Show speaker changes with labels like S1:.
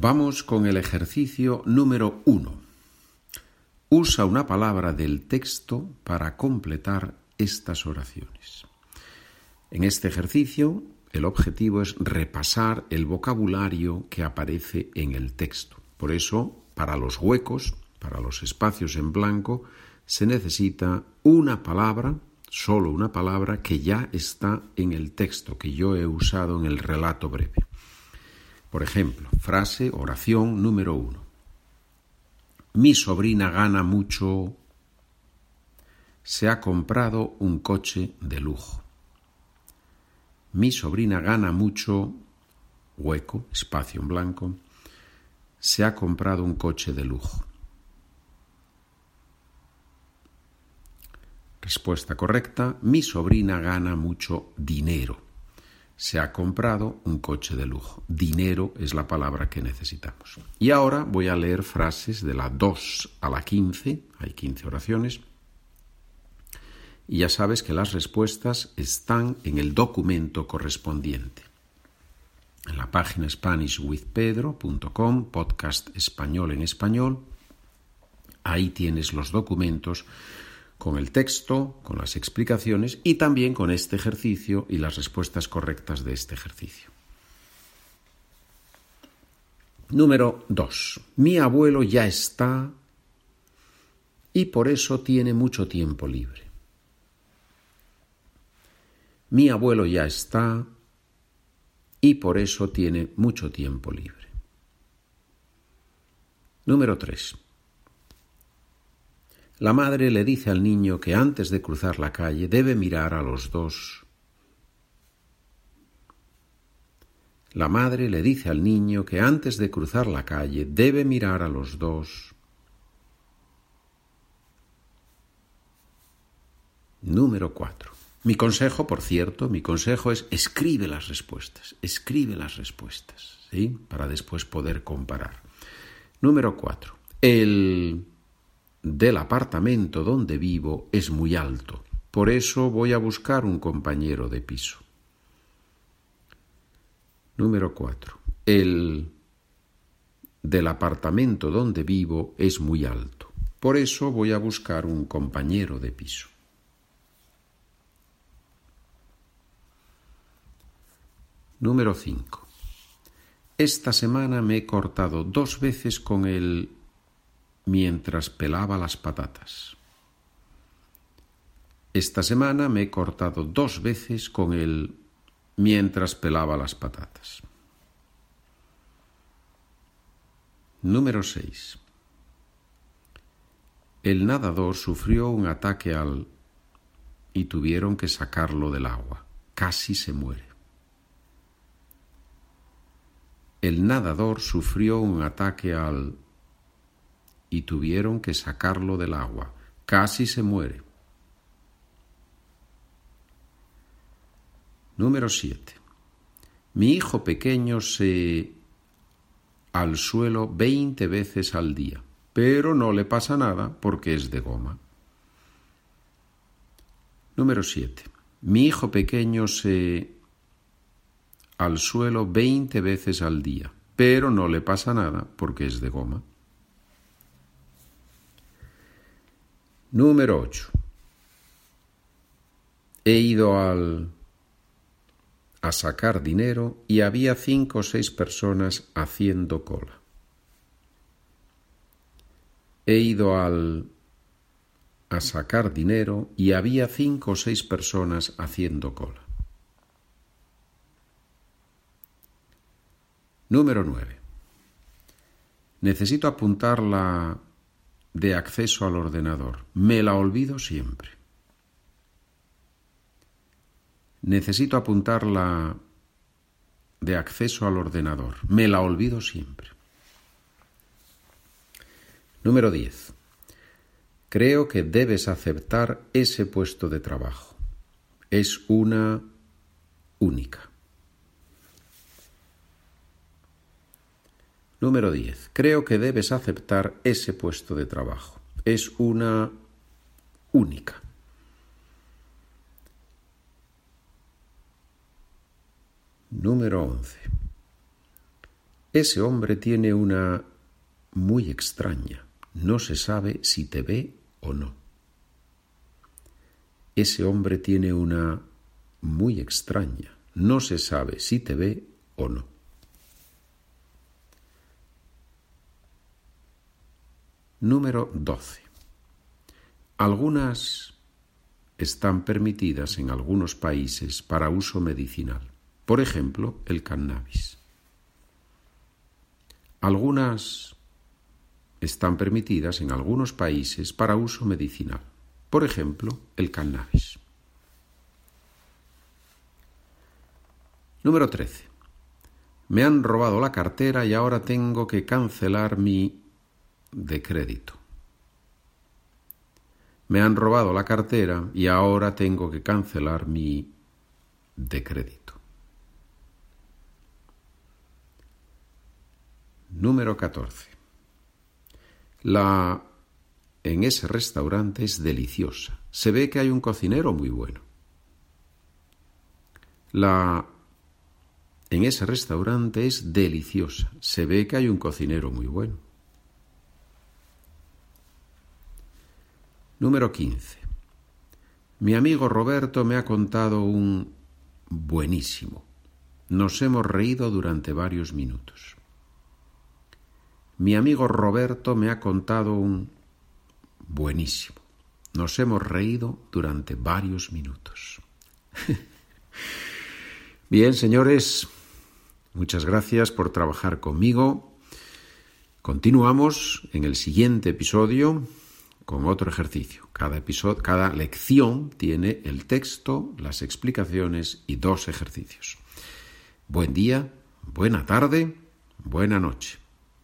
S1: Vamos con el ejercicio número 1. Usa una palabra del texto para completar estas oraciones. En este ejercicio, el objetivo es repasar el vocabulario que aparece en el texto. Por eso, para los huecos, para los espacios en blanco, se necesita una palabra, solo una palabra que ya está en el texto, que yo he usado en el relato breve. Por ejemplo, frase, oración número 1. Mi sobrina gana mucho. Se ha comprado un coche de lujo. Mi sobrina gana mucho, hueco, espacio en blanco. Se ha comprado un coche de lujo. Respuesta correcta. Mi sobrina gana mucho dinero. Se ha comprado un coche de lujo. Dinero es la palabra que necesitamos. Y ahora voy a leer frases de la 2 a la 15. Hay 15 oraciones. Y ya sabes que las respuestas están en el documento correspondiente. En la página SpanishWithPedro.com, podcast español en español. Ahí tienes los documentos con el texto, con las explicaciones y también con este ejercicio y las respuestas correctas de este ejercicio. Número 2. Mi abuelo ya está y por eso tiene mucho tiempo libre. Mi abuelo ya está y por eso tiene mucho tiempo libre. Número 3. La madre le dice al niño que antes de cruzar la calle debe mirar a los dos. La madre le dice al niño que antes de cruzar la calle debe mirar a los dos. Número 4. Mi consejo, por cierto, es escribe las respuestas, ¿sí? Para después poder comparar. Número 4. El del apartamento donde vivo es muy alto, por eso voy a buscar un compañero de piso. Número 4. El del apartamento donde vivo es muy alto, por eso voy a buscar un compañero de piso. Número 5. Esta semana me he cortado 2 veces con el mientras pelaba las patatas. Esta semana me he cortado 2 veces con el mientras pelaba las patatas. Número 6. El nadador sufrió un ataque y tuvieron que sacarlo del agua. Casi se muere. El nadador sufrió un ataque y tuvieron que sacarlo del agua. Casi se muere. Número 7. Mi hijo pequeño se al suelo 20 veces al día, pero no le pasa nada porque es de goma. Número 7. Mi hijo pequeño se al suelo 20 veces al día, pero no le pasa nada porque es de goma. Número 8. He ido a sacar dinero y había 5 o 6 personas haciendo cola. He ido a sacar dinero y había 5 o 6 personas haciendo cola. Número 9. Necesito apuntar la de acceso al ordenador. Me la olvido siempre. Necesito apuntar la de acceso al ordenador. Me la olvido siempre. Número 10. Creo que debes aceptar ese puesto de trabajo. Es una única. Número 10. Creo que debes aceptar ese puesto de trabajo. Es una única. Número 11. Ese hombre tiene una muy extraña. No se sabe si te ve o no. Ese hombre tiene una muy extraña. No se sabe si te ve o no. Número 12. Algunas están permitidas en algunos países para uso medicinal. Por ejemplo, el cannabis. Algunas están permitidas en algunos países para uso medicinal. Por ejemplo, el cannabis. Número 13. Me han robado la cartera y ahora tengo que cancelar mi de crédito. Me han robado la cartera y ahora tengo que cancelar mi de crédito. Número 14. La en ese restaurante es deliciosa. Se ve que hay un cocinero muy bueno. La en ese restaurante es deliciosa. Se ve que hay un cocinero muy bueno. Número 15. Mi amigo Roberto me ha contado un buenísimo. Nos hemos reído durante varios minutos. Mi amigo Roberto me ha contado un buenísimo. Nos hemos reído durante varios minutos. Bien, señores, muchas gracias por trabajar conmigo. Continuamos en el siguiente episodio con otro ejercicio. Cada lección tiene el texto, las explicaciones y 2 ejercicios. Buen día, buena tarde, buena noche.